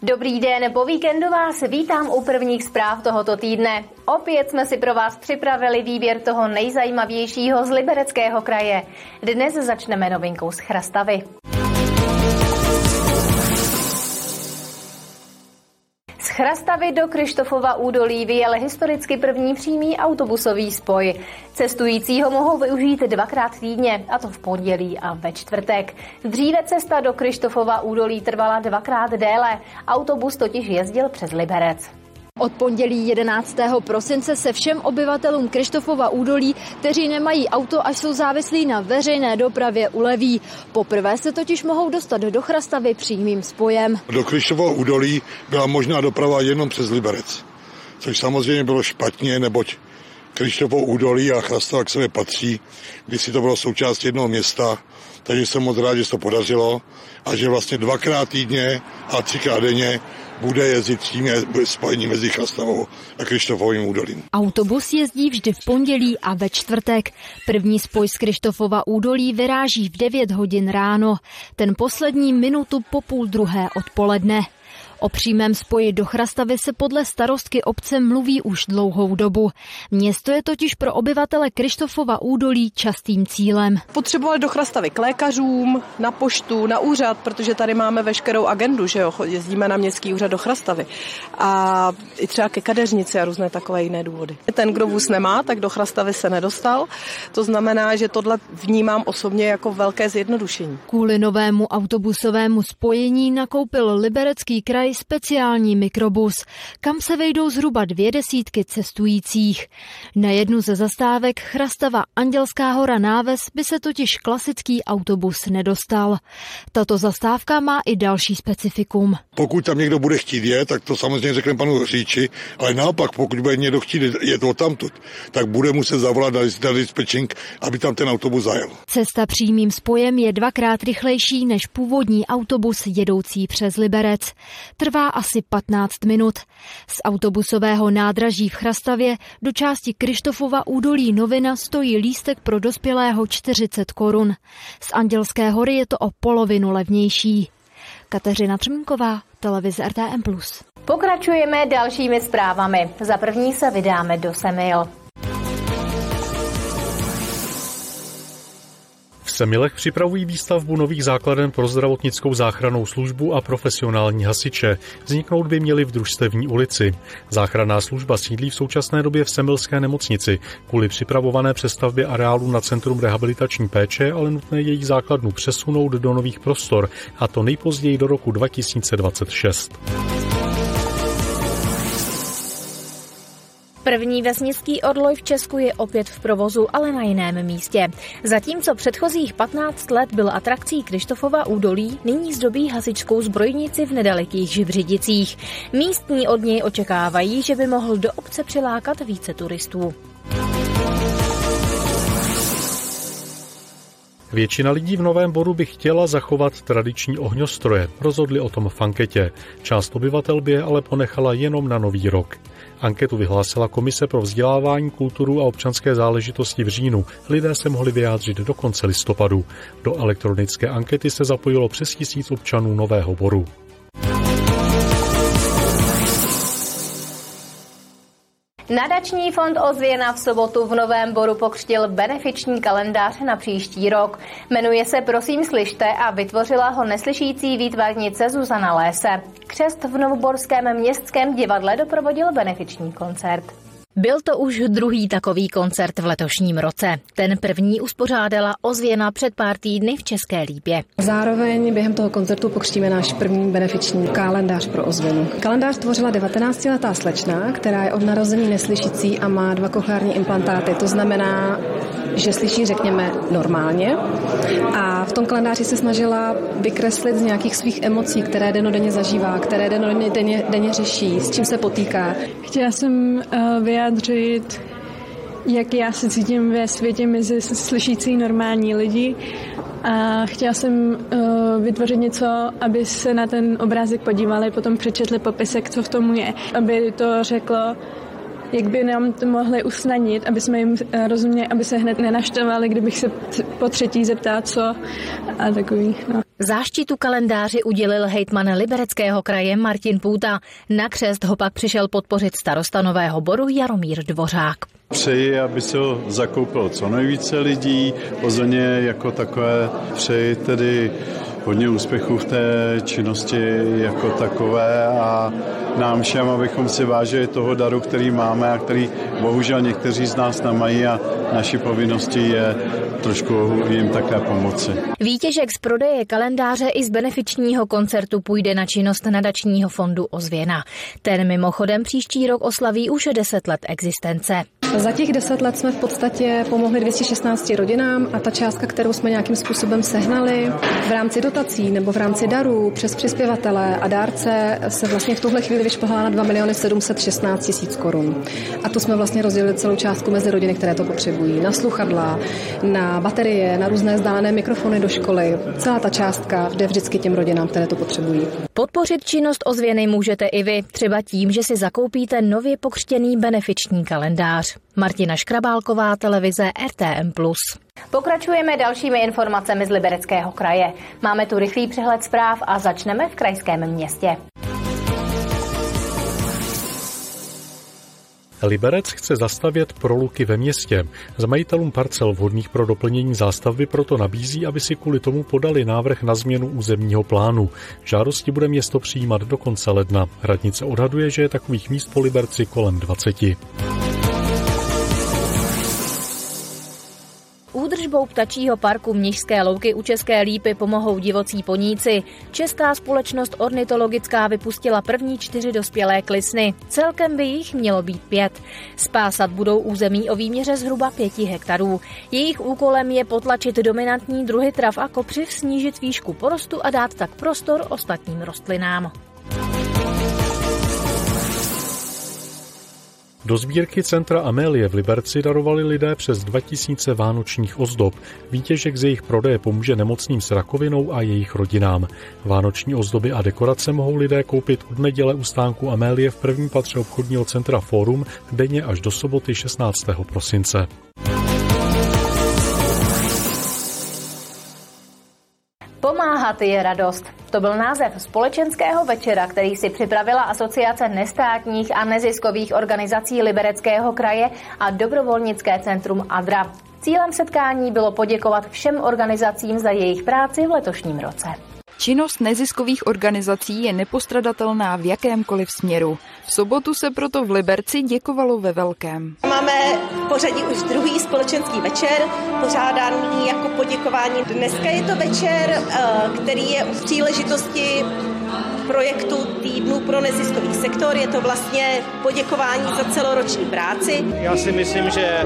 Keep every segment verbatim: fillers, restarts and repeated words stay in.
Dobrý den, po víkendu vás vítám u prvních zpráv tohoto týdne. Opět jsme si pro vás připravili výběr toho nejzajímavějšího z Libereckého kraje. Dnes začneme novinkou z Chrastavy. Z Chrastavy do Kryštofova údolí vyjel historicky první přímý autobusový spoj. Cestující ho mohou využít dvakrát týdně, a to v pondělí a ve čtvrtek. Dříve cesta do Kryštofova údolí trvala dvakrát déle, autobus totiž jezdil přes Liberec. Od pondělí jedenáctého prosince se všem obyvatelům Kryštofova údolí, kteří nemají auto a jsou závislí na veřejné dopravě, uleví. Poprvé se totiž mohou dostat do Chrastavy přímým spojem. Do Kryštofova údolí byla možná doprava jenom přes Liberec, což samozřejmě bylo špatně, neboť Kryštofovo údolí a Chrastava k sobě patří, když si to bylo součást jednoho města, takže jsem moc rád, že se to podařilo a že vlastně dvakrát týdně a třikrát denně bude jezdit přímé spojení mezi Chrastavou a Kryštofovým údolím. Autobus jezdí vždy v pondělí a ve čtvrtek. První spoj z Kryštofova údolí vyráží v devět hodin ráno. Ten poslední minutu po půl druhé odpoledne. O přímém spoji do Chrastavy se podle starostky obce mluví už dlouhou dobu. Město je totiž pro obyvatele Kryštofova údolí častým cílem. Potřebovali do Chrastavy k lékařům, na poštu, na úřad, protože tady máme veškerou agendu, že jo, jezdíme na městský úřad do Chrastavy. A i třeba ke kadeřnici a různé takové jiné důvody. Ten, kdo vůz nemá, tak do Chrastavy se nedostal. To znamená, že tohle vnímám osobně jako velké zjednodušení. Kvůli novému autobusovému spojení nakoupil Liberecký kraj speciální mikrobus, kam se vejdou zhruba dvě desítky cestujících. Na jednu ze zastávek Chrastava Andělská hora Náves by se totiž klasický autobus nedostal. Tato zastávka má i další specifikum. Pokud tam někdo bude chtít jet, tak to samozřejmě řekne panu řidiči, ale naopak, pokud bude někdo chtít jet odtamtud, tak bude muset zavolat na dispečink, aby tam ten autobus zajel. Cesta přímým spojem je dvakrát rychlejší než původní autobus jedoucí přes Liberec. Trvá asi patnáct minut. Z autobusového nádraží v Chrastavě do části Kryštofova údolí Novina stojí lístek pro dospělého čtyřicet korun. Z Andělské hory je to o polovinu levnější. Kateřina Třmínková, televize R T M plus. Pokračujeme dalšími zprávami. Za první se vydáme do Semil. V Semilech připravují výstavbu nových základen pro zdravotnickou záchrannou službu a profesionální hasiče. Vzniknout by měly v Družstevní ulici. Záchranná služba sídlí v současné době v Semilské nemocnici. Kvůli připravované přestavbě areálu na Centrum rehabilitační péče ale nutné její základnu přesunout do nových prostor, a to nejpozději do roku dva tisíce dvacet šest. První vesnický orloj v Česku je opět v provozu, ale na jiném místě. Zatímco předchozích patnáct let byl atrakcí Kryštofova údolí, nyní zdobí hasičskou zbrojnici v nedalekých Žibřidicích. Místní od něj očekávají, že by mohl do obce přilákat více turistů. Většina lidí v Novém Boru by chtěla zachovat tradiční ohňostroje. Rozhodli o tom v anketě. Část obyvatel by je ale ponechala jenom na Nový rok. Anketu vyhlásila Komise pro vzdělávání, kulturu a občanské záležitosti v říjnu. Lidé se mohli vyjádřit do konce listopadu. Do elektronické ankety se zapojilo přes tisíc občanů Nového Boru. Nadační fond Ozvěna v sobotu v Novém Boru pokřtil benefiční kalendář na příští rok. Jmenuje se Prosím slyšte a vytvořila ho neslyšící výtvarnice Zuzana Lése. Křest v Novoborském městském divadle doprovodil benefiční koncert. Byl to už druhý takový koncert v letošním roce. Ten první uspořádala Ozvěna před pár týdny v České Lípě. Zároveň během toho koncertu pokřtíme náš první benefiční kalendář pro Ozvěnu. Kalendář tvořila devatenáctiletá slečna, která je od narození neslyšící a má dva kochleární implantáty. To znamená, že slyší, řekněme, normálně. A v tom kalendáři se snažila vykreslit z nějakých svých emocí, které dennodenně zažívá, které dennodenně denně řeší, s čím se potýká. Chtěla jsem uh, vyjádřit, jak já se cítím ve světě mezi slyšící normální lidi. A chtěla jsem uh, vytvořit něco, aby se na ten obrázek podívali, potom přečetli popisek, co v tomu je. Aby to řeklo, jak by nám to mohli usnadnit, aby jsme jim rozuměli, aby se hned nenaštvali, kdybych se po třetí zeptala, co a takový. No. Záštitu kalendáři udělil hejtman Libereckého kraje Martin Půta. Na křest ho pak přišel podpořit starosta Nového Boru Jaromír Dvořák. Přeji, aby se ho zakoupilo co nejvíce lidí. Plzeň jako takové přeji tedy hodně úspěchů v té činnosti jako takové a nám všem, abychom si vážili toho daru, který máme a který bohužel někteří z nás nemají a naší povinností je trošku jim také pomoci. Výtěžek z prodeje kalendáře i z benefičního koncertu půjde na činnost nadačního fondu Ozvěna. Ten mimochodem příští rok oslaví už deset let existence. Za těch deset let jsme v podstatě pomohli dvě stě šestnáct rodinám a ta částka, kterou jsme nějakým způsobem sehnali v rámci dotací nebo v rámci darů přes přispěvatele a dárce se vlastně v tuhle chvíli vyšplhala na dva miliony sedm set šestnáct tisíc korun. A to jsme vlastně rozdělili celou částku mezi rodiny, které to potřebují. Na sluchadla, na baterie, na různé vzdálené mikrofony do školy. Celá ta částka jde vždycky těm rodinám, které to potřebují. Podpořit činnost Ozvěny můžete i vy, třeba tím, že si zakoupíte nově pokřtěný benefiční kalendář. Martina Škrabálková, televize R T M plus. Pokračujeme dalšími informacemi z Libereckého kraje. Máme tu rychlý přehled zpráv a začneme v krajském městě. Liberec chce zastavět proluky ve městě. Z majitelům parcel vhodných pro doplnění zástavby proto nabízí, aby si kvůli tomu podali návrh na změnu územního plánu. Žádosti bude město přijímat do konce ledna. Radnice odhaduje, že je takových míst po Liberci kolem dvaceti. Údržbou ptačího parku Mnišské louky u České Lípy pomohou divocí poníci. Česká společnost ornitologická vypustila první čtyři dospělé klisny. Celkem by jich mělo být pět. Spásat budou území o výměře zhruba pěti hektarů. Jejich úkolem je potlačit dominantní druhy trav a kopřiv, snížit výšku porostu a dát tak prostor ostatním rostlinám. Do sbírky centra Amélie v Liberci darovali lidé přes dva tisíce vánočních ozdob. Výtěžek z jejich prodeje pomůže nemocným s rakovinou a jejich rodinám. Vánoční ozdoby a dekorace mohou lidé koupit od neděle u stánku Amélie v prvním patře obchodního centra Fórum denně až do soboty šestnáctého prosince. Pomáhat je radost. To byl název společenského večera, který si připravila Asociace nestátních a neziskových organizací Libereckého kraje a dobrovolnické centrum Adra. Cílem setkání bylo poděkovat všem organizacím za jejich práci v letošním roce. Činnost neziskových organizací je nepostradatelná v jakémkoliv směru. V sobotu se proto v Liberci děkovalo ve velkém. Máme v pořadí už druhý společenský večer, pořádaný jako poděkování. Dneska je to večer, který je u příležitosti projektu Týdnu pro neziskový sektor. Je to vlastně poděkování za celoroční práci. Já si myslím, že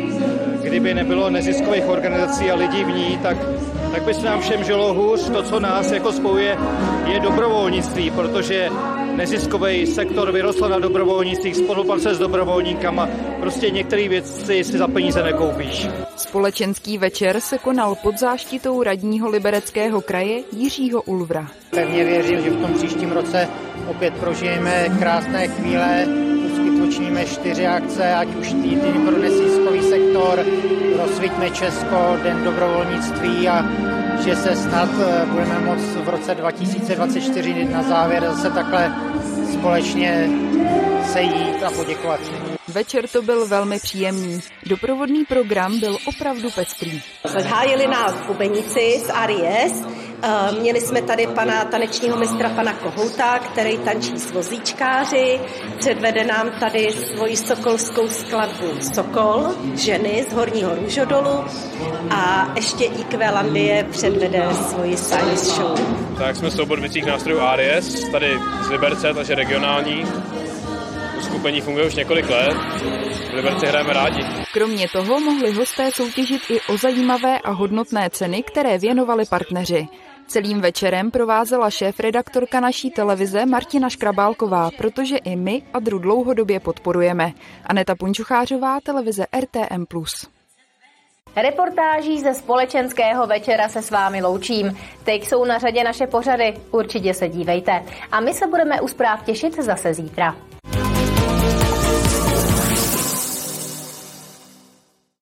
kdyby nebylo neziskových organizací a lidí v ní, tak tak by se nám všem žilo hůř. To, co nás jako spojuje, je dobrovolnictví, protože neziskový sektor vyrostl na dobrovolnictvích, spolupráce s dobrovolníkama. Prostě některé věci si za peníze nekoupíš. Společenský večer se konal pod záštitou radního Libereckého kraje Jiřího Ulvra. Pevně věřím, že v tom příštím roce opět prožijeme krásné chvíle. Uskutočníme čtyři akce, ať už Týden pro neziskový sektor, Rozsvíťme Česko, Den dobrovolnictví a že se snad budeme moct v roce dva tisíce dvacet čtyři na závěr zase takhle společně sejít a poděkovat si. Večer to byl velmi příjemný. Doprovodný program byl opravdu pestrý. Zahájili nás bubenici z Aries. Měli jsme tady pana tanečního mistra, pana Kohouta, který tančí s vozíčkáři. Předvede nám tady svoji sokolskou skladbu Sokol, ženy z Horního Růžodolu. A ještě í kvé Landie předvede svoji science show. Tak jsme soubor bicích nástrojů Aries, tady z Liberce, takže regionální. Uskupení funguje už několik let. V Liberci hrajeme rádi. Kromě toho mohli hosté soutěžit i o zajímavé a hodnotné ceny, které věnovali partneři. Celým večerem provázela šéfredaktorka naší televize Martina Škrabálková, protože i my Adru dlouhodobě podporujeme. Aneta Punčuchářová, televize R T M plus. Reportáží ze společenského večera se s vámi loučím. Teď jsou na řadě naše pořady, určitě se dívejte. A my se budeme u zpráv těšit zase zítra.